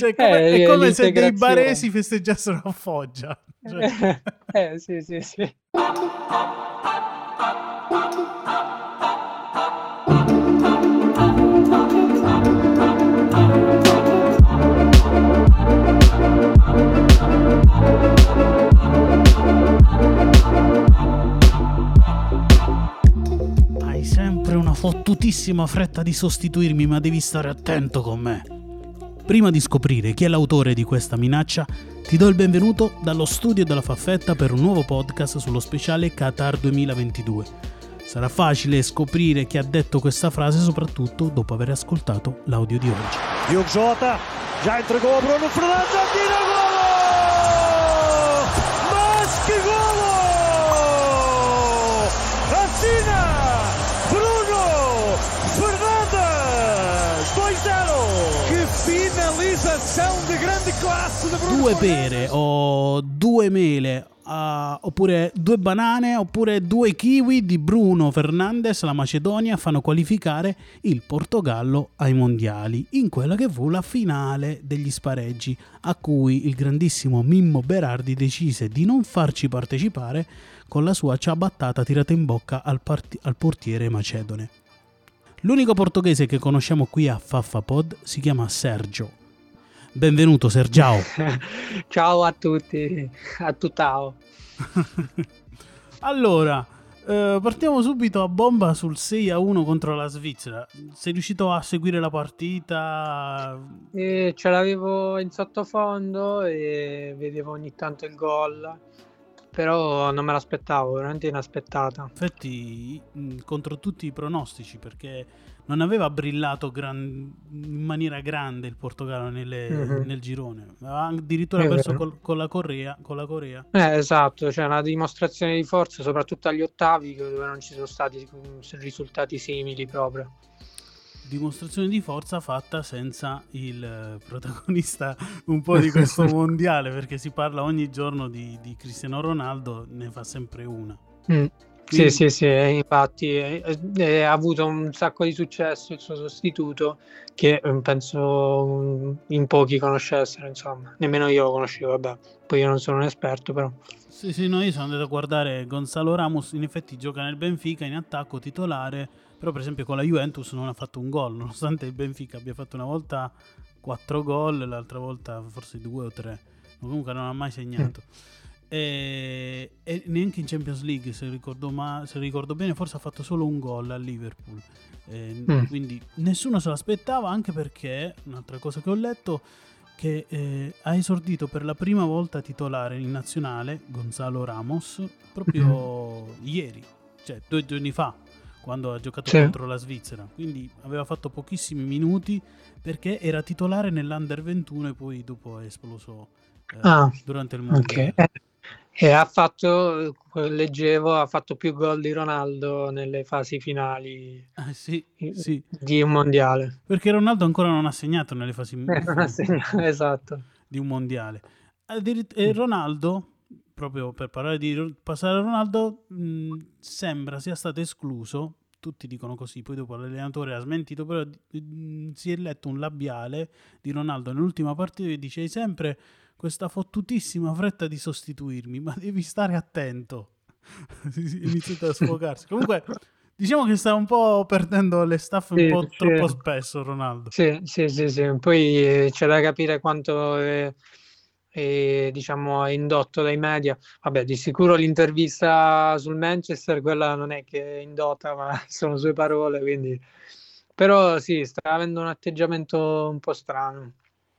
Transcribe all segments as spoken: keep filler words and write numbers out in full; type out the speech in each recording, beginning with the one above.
Cioè, è come, è Eh, come se dei l'integrazione. baresi festeggiassero a Foggia. Cioè, Eh, sì, sì, sì. hai sempre una fottutissima fretta di sostituirmi, ma devi stare attento con me. Prima di scoprire chi è l'autore di questa minaccia, ti do il benvenuto dallo studio della Faffetta per un nuovo podcast sullo speciale Qatar duemilaventidue. Sarà facile scoprire chi ha detto questa frase, soprattutto dopo aver ascoltato l'audio di oggi. Diogo Jota já entregou a Bruno Fernandes, atira golo! Mas que golo! Assina Bruno Fernandes dois zero! Que finalização de grande classe de Bruno Due Fernandes! pere o due mele, uh, oppure due banane, oppure due kiwi di Bruno Fernandes, la Macedonia, fanno qualificare il Portogallo ai mondiali in quella che fu la finale degli spareggi, a cui il grandissimo Mimmo Berardi decise di non farci partecipare con la sua ciabattata tirata in bocca al, part- al portiere macedone. L'unico portoghese che conosciamo qui a Faffapod si chiama Sergio. Benvenuto Sergiao. Ciao a tutti, a tutao. Allora, eh, partiamo subito a bomba sul sei a uno contro la Svizzera. Sei riuscito a seguire la partita? E ce l'avevo in sottofondo e vedevo ogni tanto il gol, però non me l'aspettavo, veramente inaspettata. Infatti, mh, contro tutti i pronostici, perché non aveva brillato gran- in maniera grande il Portogallo nelle- Mhm. nel girone. Aveva addirittura È perso vero. col- con la Corea. Con la Corea. Eh, esatto, c'è una dimostrazione di forza, soprattutto agli ottavi, dove non ci sono stati mm, risultati simili proprio. Dimostrazione di forza fatta senza il eh, protagonista un po' di questo mondiale, perché si parla ogni giorno di, di Cristiano Ronaldo, ne fa sempre una. Mm. Quindi- Sì, sì, sì, e infatti eh, eh, ha avuto un sacco di successo il suo sostituto, che eh, penso mm, in pochi conoscessero, insomma, nemmeno io lo conoscevo, vabbè, poi io non sono un esperto, però. Sì, sì, no, io sono andato a guardare Gonzalo Ramos, in effetti gioca nel Benfica in attacco titolare, però per esempio con la Juventus non ha fatto un gol, nonostante il Benfica abbia fatto una volta quattro gol, l'altra volta forse due o tre, ma comunque non ha mai segnato. E, e neanche in Champions League, se ricordo, ma, se ricordo bene, forse ha fatto solo un gol a Liverpool. Eh, Mm. Quindi nessuno se l'aspettava, anche perché, un'altra cosa che ho letto, che eh, ha esordito per la prima volta titolare in nazionale Gonzalo Ramos proprio ieri, cioè due giorni fa, quando ha giocato Sì. contro la Svizzera. Quindi aveva fatto pochissimi minuti perché era titolare nell'Under ventuno e poi dopo è esploso eh, Ah, durante il ok. mondiale. Eh, E ha fatto, eh, leggevo, ha fatto più gol di Ronaldo nelle fasi finali Ah, sì, i- sì, di un mondiale. perché Ronaldo ancora non ha segnato nelle fasi Eh, non ha segnato, esatto. di un mondiale. Addirit- e Ronaldo, proprio per parlare di Ro- passare a Ronaldo, mh, sembra sia stato escluso. Tutti dicono così, poi dopo l'allenatore ha smentito, però mh, si è letto un labiale di Ronaldo nell'ultima partita che dice: hai sempre questa fottutissima fretta di sostituirmi, ma devi stare attento. Iniziato a sfogarsi. Comunque, diciamo che sta un po' perdendo le staffe un Sì, po' sì. troppo spesso Ronaldo. Sì, sì, sì, sì. Poi eh, c'è da capire quanto è, è, diciamo, è indotto dai media. Vabbè, di sicuro l'intervista sul Manchester, quella non è che è indotta, ma sono sue parole, quindi. Però sì, sta avendo un atteggiamento un po' strano.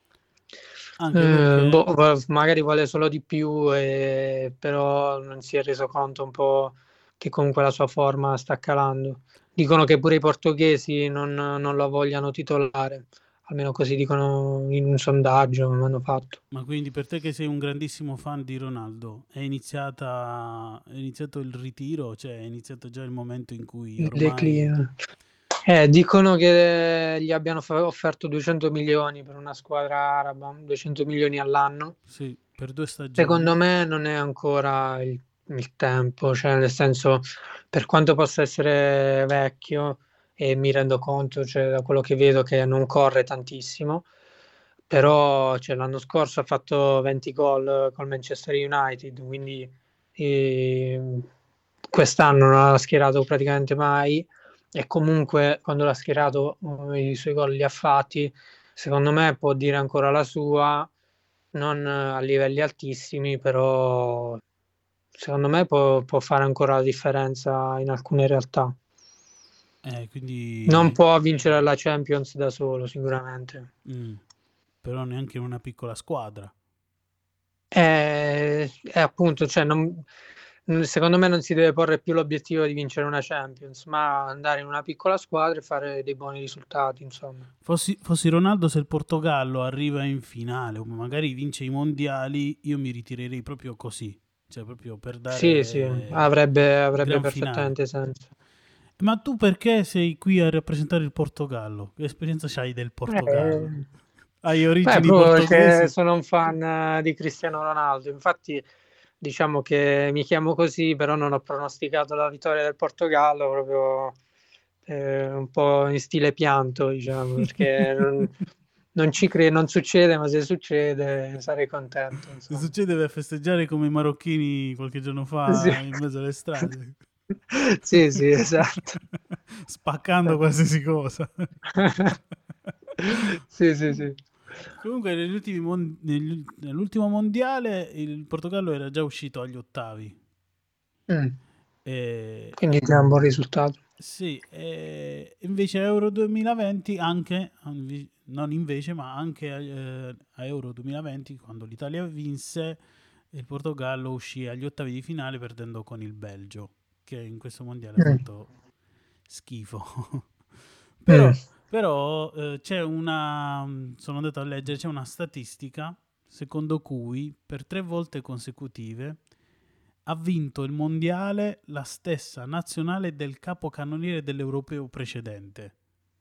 Anche Eh, perché boh, vo- magari vuole solo di più, e- però non si è reso conto un po' che comunque la sua forma sta calando. Dicono che pure i portoghesi non, non lo vogliano titolare, almeno così dicono in un sondaggio che hanno fatto. Ma quindi per te che sei un grandissimo fan di Ronaldo, è iniziata è iniziato il ritiro? Cioè è iniziato già il momento in cui Il ormai... declino. Eh, dicono che gli abbiano fa- offerto duecento milioni per una squadra araba, duecento milioni all'anno. Sì, per due stagioni. Secondo me non è ancora il, il tempo, cioè nel senso, per quanto possa essere vecchio, e mi rendo conto, cioè, da quello che vedo, che non corre tantissimo, però cioè, l'anno scorso ha fatto venti gol col Manchester United, quindi eh, quest'anno non l'ha schierato praticamente mai, e comunque quando l'ha schierato eh, i suoi gol li ha fatti. Secondo me può dire ancora la sua, non a livelli altissimi, però secondo me può, può fare ancora la differenza in alcune realtà. Eh, quindi... Non può vincere la Champions da solo, sicuramente. Mm. Però neanche in una piccola squadra. È, è appunto, cioè, non, secondo me non si deve porre più l'obiettivo di vincere una Champions, ma andare in una piccola squadra e fare dei buoni risultati, insomma. Fossi, fossi Ronaldo, se il Portogallo arriva in finale o magari vince i mondiali, io mi ritirerei proprio così, cioè proprio per dare Sì, sì, avrebbe, avrebbe perfettamente finale. senso. Ma tu perché sei qui a rappresentare il Portogallo? Che esperienza c'hai del Portogallo? Eh, Hai origini beh, portoghesi? perché sono un fan di Cristiano Ronaldo, infatti diciamo che mi chiamo così, però non ho pronosticato la vittoria del Portogallo proprio eh, un po' in stile pianto, diciamo, perché non, non ci credo, non succede, ma se succede sarei contento. Se Insomma. succede deve festeggiare come i marocchini qualche giorno fa Sì. in mezzo alle strade. Sì, sì, esatto. Spaccando qualsiasi cosa. Sì, sì, sì. Comunque negli ultimi mon- negli- nell'ultimo mondiale il Portogallo era già uscito agli ottavi. Mm. E... Quindi è un buon risultato. Sì, e invece a Euro duemilaventi anche, non invece, ma anche eh, a Euro duemilaventi, quando l'Italia vinse, il Portogallo uscì agli ottavi di finale perdendo con il Belgio, che in questo mondiale ha Mm. fatto schifo. Però, Mm. però eh, c'è una, sono andato a leggere, c'è una statistica secondo cui per tre volte consecutive ha vinto il mondiale la stessa nazionale del capocannoniere dell'europeo precedente.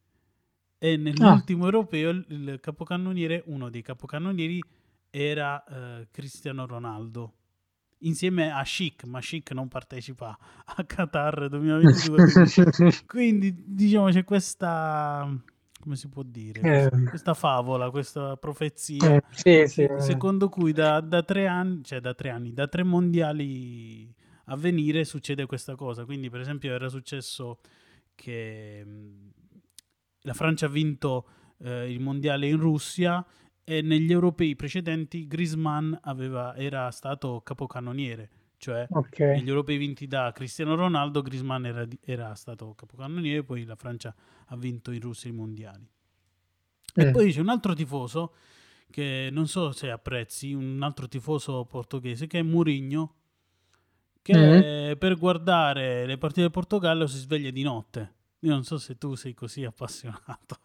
E nell'ultimo Ah. europeo il capocannoniere, uno dei capocannonieri, era eh, Cristiano Ronaldo. Insieme a Schick, ma Schick non partecipa a Qatar duemilaventidue. Quindi, quindi diciamo c'è questa, come si può dire, Eh. questa favola, questa profezia, Eh, sì, sì. se- secondo cui da, da tre anni, cioè da tre anni, da tre mondiali a venire succede questa cosa. Quindi per esempio era successo che mh, la Francia ha vinto eh, il mondiale in Russia e negli europei precedenti Griezmann aveva, era stato capocannoniere, cioè Okay. negli europei vinti da Cristiano Ronaldo Griezmann era, era stato capocannoniere, poi la Francia ha vinto in Russia i mondiali. Mm. E poi c'è un altro tifoso che non so se apprezzi, un altro tifoso portoghese che è Mourinho, che Mm. per guardare le partite del Portogallo si sveglia di notte. Io non so se tu sei così appassionato.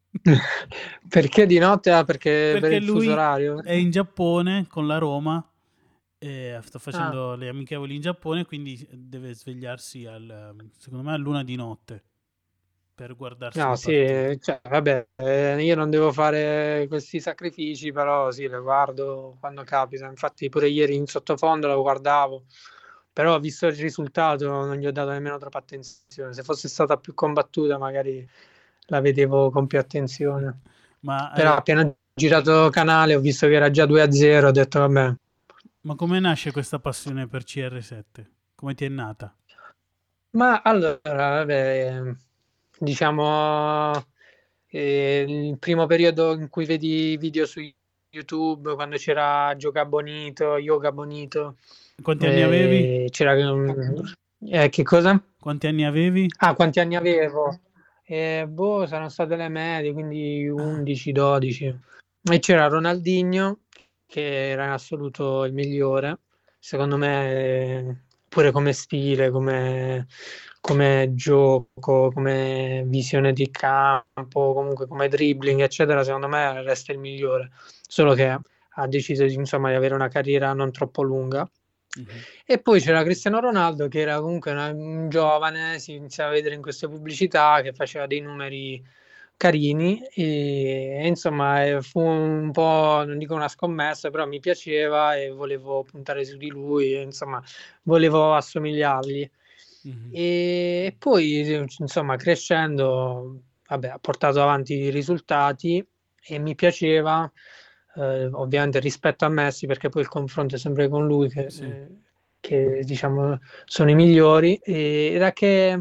Perché di notte? Ah, perché, per Perché il fuso lui orario? è in Giappone con la Roma e sta facendo Ah. le amichevoli in Giappone, quindi deve svegliarsi al, secondo me all'una di notte per guardarsi No, le sì, partite. cioè, vabbè, eh, io non devo fare questi sacrifici, però sì, le guardo quando capita. Infatti pure ieri in sottofondo la guardavo, però visto il risultato non gli ho dato nemmeno troppa attenzione. Se fosse stata più combattuta magari la vedevo con più attenzione. Ma, Però eh, appena girato canale ho visto che era già due a zero, ho detto vabbè. ma come nasce questa passione per C R sette? Come ti è nata? Ma allora, vabbè, diciamo eh, il primo periodo in cui vedi video su YouTube, quando c'era Gioca Bonito, Yoga Bonito, Quanti anni avevi? eh, c'era um, eh, che cosa? Quanti anni avevi? Ah, quanti anni avevo? Eh, boh, saranno state le medie, quindi undici dodici. E c'era Ronaldinho, che era in assoluto il migliore, secondo me, eh, pure come stile, come, come gioco, come visione di campo, comunque come dribbling, eccetera, secondo me resta il migliore. Solo che ha deciso insomma, di avere una carriera non troppo lunga. Mm-hmm. E poi c'era Cristiano Ronaldo che era comunque una, un giovane, si iniziava a vedere in queste pubblicità che faceva dei numeri carini e, e insomma fu un po', non dico una scommessa, però mi piaceva e volevo puntare su di lui e insomma volevo assomigliargli. Mm-hmm. E poi insomma crescendo, vabbè, ha portato avanti i risultati e mi piaceva, eh, ovviamente rispetto a Messi, perché poi il confronto è sempre con lui che, Sì. eh, che diciamo sono i migliori, e era che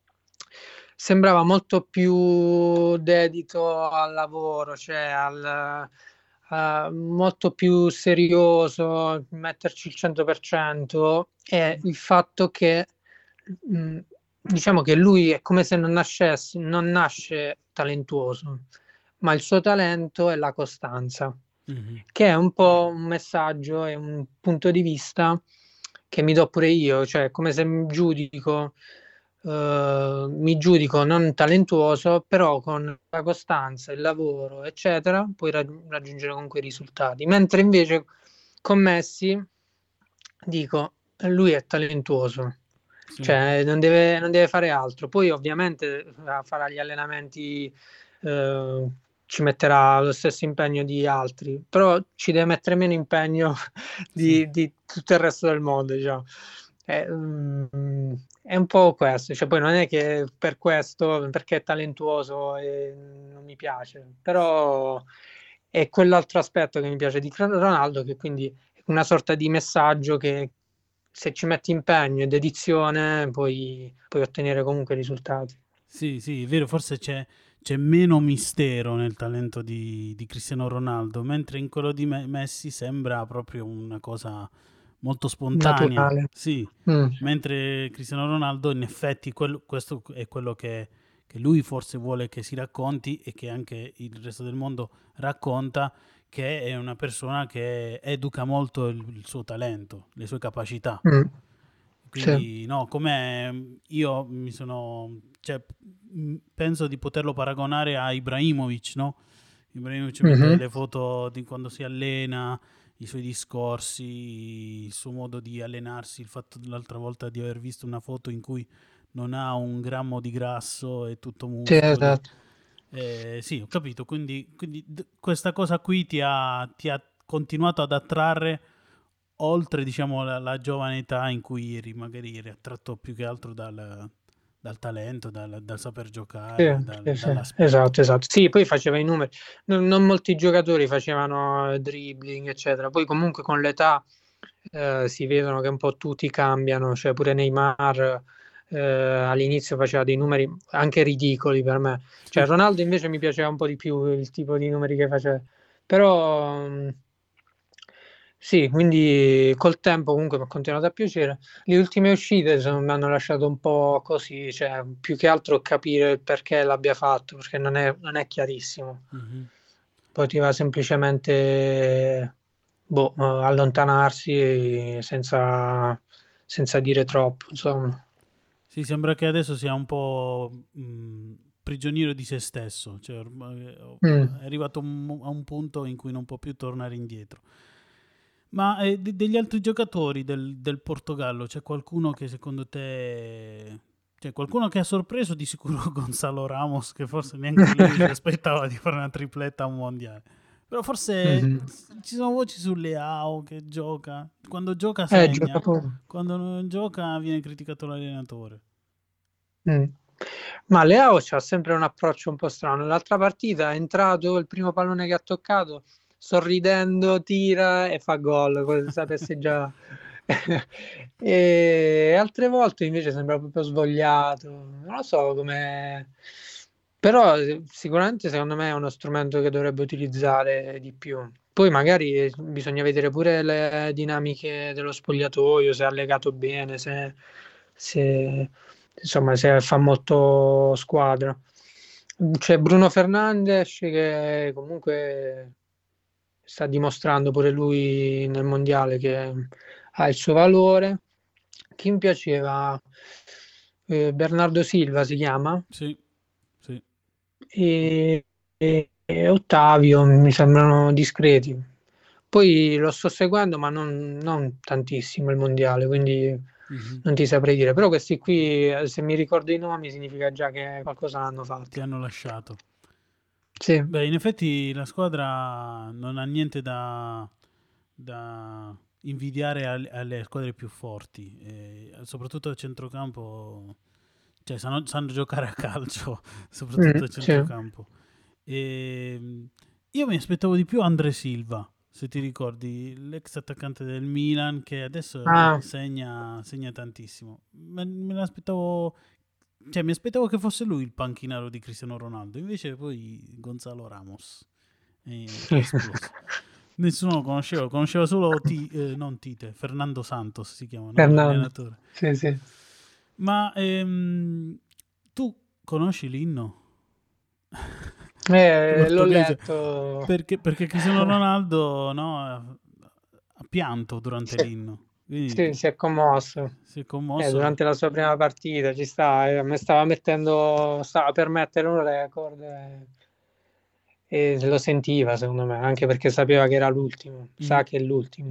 sembrava molto più dedito al lavoro, cioè al, a- molto più serioso, metterci il cento per cento, e il fatto che mh, diciamo che lui è come se non nascesse, non nasce talentuoso, ma il suo talento è la costanza, Mhm. che è un po' un messaggio e un punto di vista che mi do pure io, cioè come se mi giudico, eh, mi giudico non talentuoso, però con la costanza, il lavoro, eccetera, puoi rag- raggiungere comunque i risultati. Mentre invece con Messi dico, lui è talentuoso, Sì. cioè non deve, non deve fare altro. Poi ovviamente farà gli allenamenti, eh, ci metterà lo stesso impegno di altri, però ci deve mettere meno impegno Sì. di, di tutto il resto del mondo, diciamo. È, mm, è un po' questo, cioè poi non è che per questo, perché è talentuoso e non mi piace, però è quell'altro aspetto che mi piace di Ronaldo, che quindi è una sorta di messaggio che se ci metti impegno e dedizione puoi, puoi ottenere comunque risultati. Sì, sì, è vero, forse c'è, c'è meno mistero nel talento di, di Cristiano Ronaldo, mentre in quello di Me- Messi sembra proprio una cosa molto spontanea. Naturale. Sì, Mm. mentre Cristiano Ronaldo in effetti quello- questo è quello che, che lui forse vuole che si racconti e che anche il resto del mondo racconta, che è una persona che educa molto il, il suo talento, le sue capacità. Mm. Sì. Quindi no, come io mi sono, cioè, mh, penso di poterlo paragonare a Ibrahimovic, no? Ibrahimovic mette Mhm. delle foto di quando si allena, i suoi discorsi, il suo modo di allenarsi, il fatto l'altra volta di aver visto una foto in cui non ha un grammo di grasso, è tutto Sì, muscoli. esatto. Eh, sì, ho capito, quindi, quindi d- questa cosa qui ti ha, ti ha continuato ad attrarre oltre, diciamo, la, la giovane età in cui eri, magari eri attratto più che altro dal, dal talento, dal, dal saper Sì, giocare, dal- sì, sì, dall'aspetto. esatto, esatto. Sì, poi faceva i numeri. Non, non molti giocatori facevano dribbling, eccetera. Poi comunque con l'età eh, si vedono che un po' tutti cambiano, cioè pure Neymar eh, all'inizio faceva dei numeri anche ridicoli per me. Cioè Ronaldo invece mi piaceva un po' di più il tipo di numeri che faceva. Però mh, sì, quindi col tempo comunque mi ha continuato a piacere. Le ultime uscite sono- mi hanno lasciato un po' così, cioè più che altro capire il perché l'abbia fatto, perché non è, non è chiarissimo. Mhm. Poteva semplicemente boh, eh, allontanarsi senza, senza dire troppo, insomma. Sì, sembra che adesso sia un po' mh, prigioniero di se stesso, cioè ormai Mm. è arrivato un- a un punto in cui non può più tornare indietro. Ma eh, de- degli altri giocatori del, del Portogallo, c'è qualcuno che secondo te... C'è qualcuno che ha sorpreso? Di sicuro Gonzalo Ramos, che forse neanche lui si aspettava di fare una tripletta a un mondiale. Però forse Mhm. ci sono voci su Leao che gioca. Quando gioca Eh, gioca segna, poco. quando non gioca viene criticato l'allenatore. Mm. Ma Leao c'ha sempre un approccio un po' strano. L'altra partita è entrato il primo pallone che ha toccato, sorridendo, tira e fa gol, come se sapesse già. E altre volte invece sembra proprio svogliato. Non lo so come. Però eh, sicuramente secondo me è uno strumento che dovrebbe utilizzare di più. Poi magari bisogna vedere pure le dinamiche dello spogliatoio, se è legato bene, se, se- insomma, se fa molto squadra. C'è Bruno Fernandes che comunque sta dimostrando pure lui nel mondiale che ha il suo valore. Chi mi piaceva? Eh, Bernardo Silva si chiama Sì, sì. e, e- e Ottavio mi sembrano discreti. Poi lo sto seguendo, ma non, non tantissimo il mondiale, quindi Mhm. non ti saprei dire. Però questi qui, eh, se mi ricordo i nomi, significa già che qualcosa l'hanno Ti fatto. hanno lasciato. Sì. Beh, in effetti la squadra non ha niente da, da invidiare al- alle squadre più forti, e soprattutto a centrocampo, cioè sanno, sanno giocare a calcio, Mm, soprattutto a sì. centrocampo. E, Io mi aspettavo di più André Silva, se ti ricordi, l'ex attaccante del Milan che adesso Ah, segna, segna tantissimo. Me, me l'aspettavo, cioè mi aspettavo che fosse lui il panchinaro di Cristiano Ronaldo, invece poi Gonzalo Ramos è, è esploso. Nessuno lo conosceva, lo conosceva solo Ti- eh, non Tite, Fernando Santos si chiama, no? Fernando. L'allenatore. Sì, sì. Ma ehm, tu conosci l'inno? Eh, l'ho Portoghese? letto. Perché, perché Cristiano Ronaldo, no, ha ha pianto durante Sì, l'inno, quindi sì, tu- si è commosso. si è Eh, commosso. durante la sua prima partita ci sta, eh, mi stava mettendo, stava per mettere un record eh, e lo sentiva secondo me, anche perché sapeva che era l'ultimo, Mm, sa che è l'ultimo.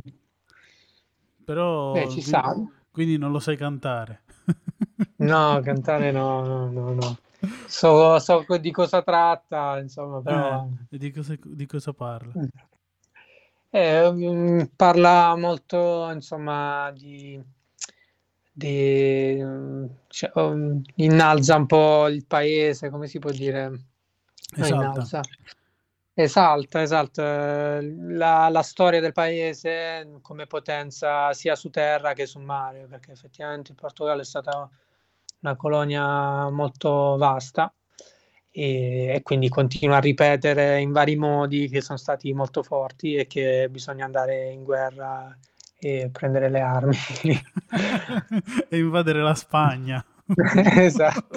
Eh, però ci quindi, sta. quindi non lo sai cantare. No, cantare no, no, no, no. So, so co- di cosa tratta, insomma, Eh, però e di cosa, di cosa parla? eh, mm, parla molto, insomma, di, di, mm, cioè, um, innalza un po' il paese, come si può dire? No, Esalta. innalza. Esalta, esalta eh, la, la storia del paese come potenza sia su terra che su mare, perché effettivamente il Portogallo è stata una colonia molto vasta e, e quindi continua a ripetere in vari modi che sono stati molto forti e che bisogna andare in guerra e prendere le armi. E invadere la Spagna. Esatto.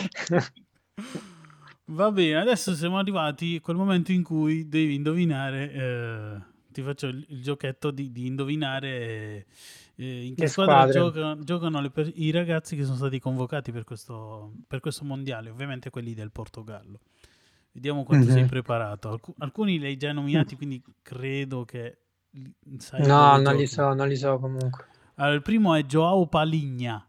Va bene, adesso siamo arrivati a quel momento in cui devi indovinare, eh, ti faccio il, il giochetto di, di indovinare eh, in che Le squadra squadre. giocano, giocano le per- i ragazzi che sono stati convocati per questo, per questo mondiale, ovviamente quelli del Portogallo. Vediamo quanto sei Mhm. preparato. Alcu- alcuni li hai già nominati, quindi credo che li- sai No, dove non li giochino. so, non li so comunque. Allora, il primo è Joao Paligna.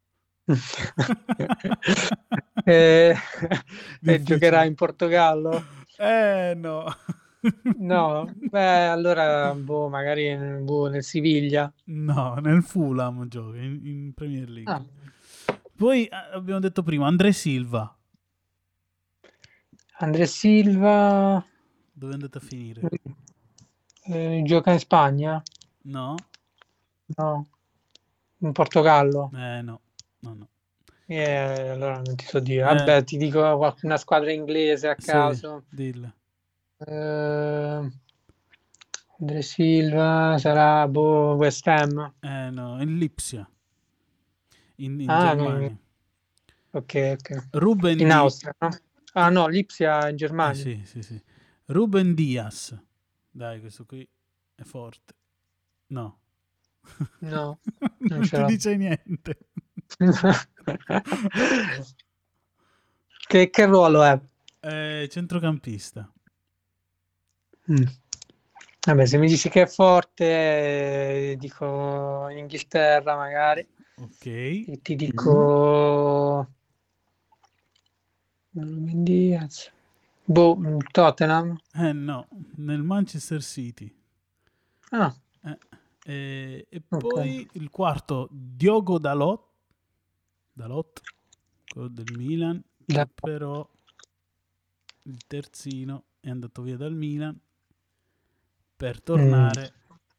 Eh, e Difficile. giocherà in Portogallo? Eh no. No, beh, allora boh, magari boh, nel Siviglia. No, nel Fulham gioca in, in Premier League. Ah, Poi eh, abbiamo detto prima André Silva. André Silva Dove è andato a finire? eh, gioca in Spagna? No? No, in Portogallo. Eh no. No, no. Eh, allora non ti so dire. Eh, Vabbè, ti dico qualche- una squadra inglese a sì, caso. dilla. Eh, André Silva sarà boh, West Ham. Eh no, in Lipsia. In, in Ah, no, Germania. ok, ok. Ruben In Di- Austria, no? Ah no, Lipsia in Eh Germania. sì, sì, sì. Ruben Diaz. Dai, questo qui è forte. No. No, non Non ce ti l'ho. dice niente. Che, che ruolo è? È centrocampista. Mm. Vabbè, se mi dici che è forte, eh, dico in Inghilterra magari. Ok. E ti dico Ruben Diaz. Boh, mm, Tottenham. Eh no, nel Manchester City. Ah, Eh, e, e ok. poi il quarto, Diogo Dalot, Dalot, quello del Milan, che Da- però il terzino è andato via dal Milan per tornare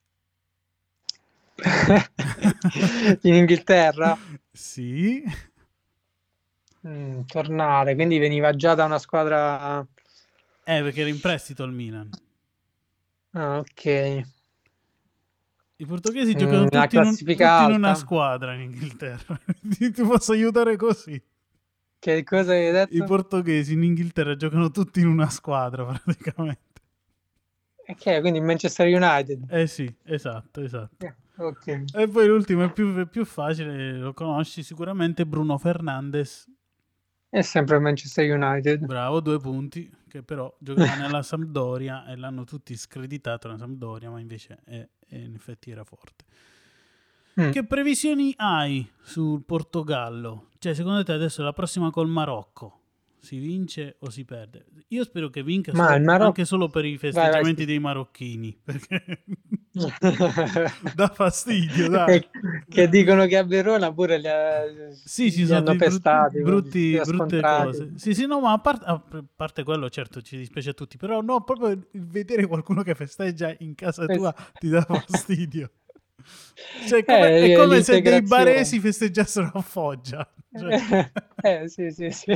In Inghilterra? sì, Mm, tornare, quindi veniva già da una squadra. eh, perché era in prestito al Milan. Ah, ok. I portoghesi Mm, giocano la tutti in, un- classifica tutti in una alta. squadra in Inghilterra. Ti ti posso aiutare così. Che cosa hai I detto? portoghesi in Inghilterra giocano tutti in una squadra praticamente. Ok, quindi Manchester United. Eh sì, esatto, esatto. Eh, ok. E poi l'ultimo è più, è più facile, lo conosci sicuramente, Bruno Fernandes. È sempre Manchester United. Bravo, due punti, che però giocava nella Sampdoria e l'hanno tutti screditato nella Sampdoria, ma invece è, è- in effetti era forte. Mm. Che previsioni hai sul Portogallo? Cioè, secondo te adesso la prossima col Marocco? si vince o si perde. Io spero che vinca Ma solo, il Marocco... anche solo per i festeggiamenti vai, vai, sì. dei marocchini, perché dà fastidio, dai. che, che dicono che a Verona pure li, ha, sì, ci li sono hanno dei pestati, brutti, li ha brutte scontrati. cose. Sì, sì, no, ma a parte, a parte quello, certo, ci dispiace a tutti, però no, proprio il vedere qualcuno che festeggia in casa tua ti dà fastidio. Cioè, come, eh, è come se dei l'integrazione. baresi festeggiassero a Foggia. Cioè. eh, sì, sì, sì.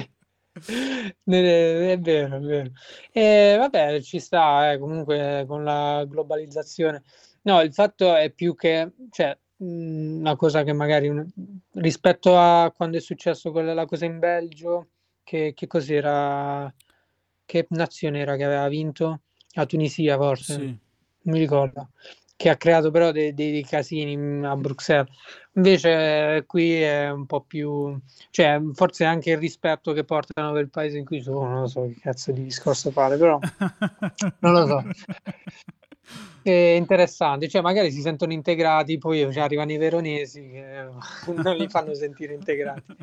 È vero, è vero. E vabbè, ci sta, eh, comunque con la globalizzazione. No, il fatto è più che, cioè, mh, una cosa che magari un- rispetto a quando è successo quella la cosa in Belgio, che, che cos'era? Che nazione era che aveva vinto? La Tunisia, forse, Sì. non mi ricordo, che ha creato però dei, dei- dei casini a Bruxelles. Invece eh, qui è un po' più, cioè forse anche il rispetto che portano per il paese in cui sono, non lo so che cazzo di discorso fare, però non lo so. È interessante, cioè magari si sentono integrati, poi cioè, arrivano i veronesi che non li fanno sentire integrati.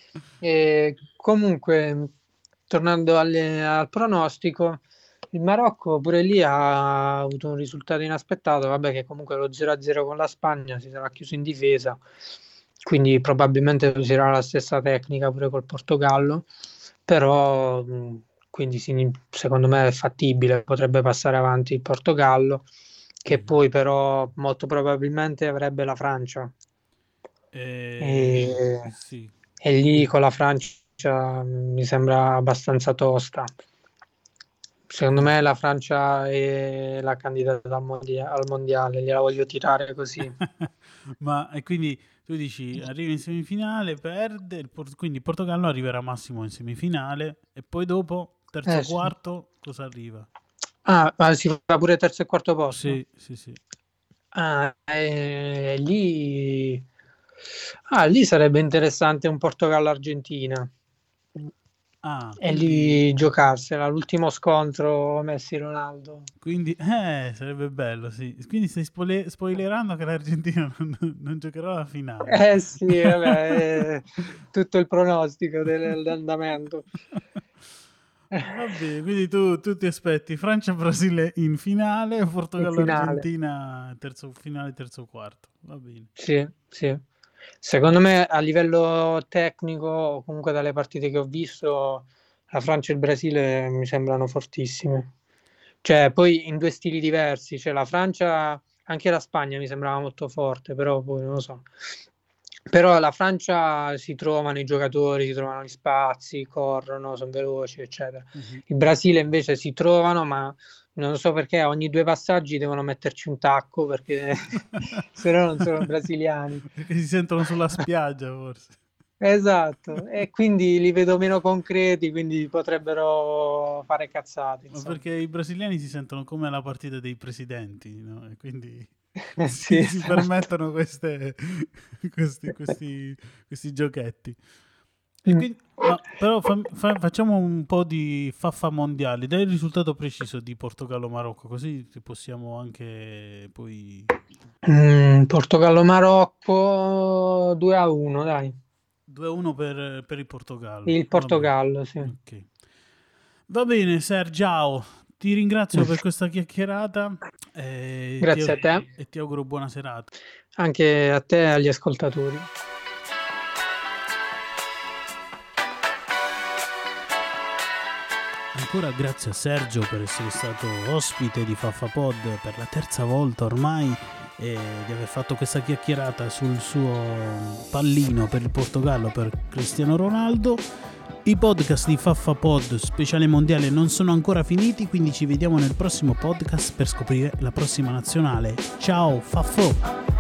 E comunque, tornando alle- al pronostico, il Marocco pure lì ha avuto un risultato inaspettato, vabbè che comunque lo zero a zero con la Spagna si sarà chiuso in difesa, quindi probabilmente userà la stessa tecnica pure col Portogallo, però mh, quindi sì, secondo me è fattibile, potrebbe passare avanti il Portogallo, che poi però molto probabilmente avrebbe la Francia. Eh, E, sì. e lì con la Francia mh, mi sembra abbastanza tosta. Secondo me la Francia è la candidata al, mondia- al mondiale, gliela voglio tirare così. Ma e quindi tu dici arriva in semifinale, perde, il Por- quindi il Portogallo arriverà massimo in semifinale e poi dopo terzo Eh, sì. quarto cosa arriva? Ah, ma si fa pure terzo e quarto posto? Sì, sì, sì. Ah, eh, lì... ah, lì sarebbe interessante un Portogallo-Argentina. Ah, E quindi, lì giocarsela, l'ultimo scontro Messi-Ronaldo. quindi eh, sarebbe bello, sì. Quindi stai spoile- spoilerando che l'Argentina non, non giocherà la finale. Eh sì, vabbè, è tutto il pronostico del- dell'andamento. Va bene, quindi tu, tu ti aspetti Francia-Brasile in finale, In finale. Portogallo-Argentina terzo finale, terzo quarto. Va bene. Sì, sì. Secondo me a livello tecnico, o comunque dalle partite che ho visto, la Francia e il Brasile mi sembrano fortissime. Cioè, poi in due stili diversi, cioè la Francia, anche la Spagna mi sembrava molto forte, però poi non lo so. Però la Francia si trovano i giocatori, si trovano gli spazi, corrono, sono veloci, eccetera. Mhm. Il Brasile invece si trovano, ma non so perché ogni due passaggi devono metterci un tacco perché se no non sono brasiliani. Perché si sentono sulla spiaggia, forse. Esatto, e quindi li vedo meno concreti, quindi potrebbero fare cazzate, Ma insomma. perché i brasiliani si sentono come la partita dei presidenti, no? E quindi Sì, si, si esatto. permettono queste, questi, questi, questi giochetti. E Mm. quindi, ma però fa- fa- facciamo un po' di faffa mondiali. Dai il risultato preciso di Portogallo-Marocco, così possiamo anche poi... Mm, Portogallo-Marocco due a uno, dai. due a uno per, per il Portogallo. Il Va Portogallo, sì. bene. Ok. Va bene, Sergio, ti ringrazio per questa chiacchierata e Grazie ti, a te, e ti auguro buona serata. anche a te e agli ascoltatori. Ancora grazie a Sergio per essere stato ospite di FaffaPod per la terza volta ormai e di aver fatto questa chiacchierata sul suo pallino per il Portogallo, per Cristiano Ronaldo. I podcast di FaffaPod speciale mondiale non sono ancora finiti, quindi ci vediamo nel prossimo podcast per scoprire la prossima nazionale. Ciao Faffo!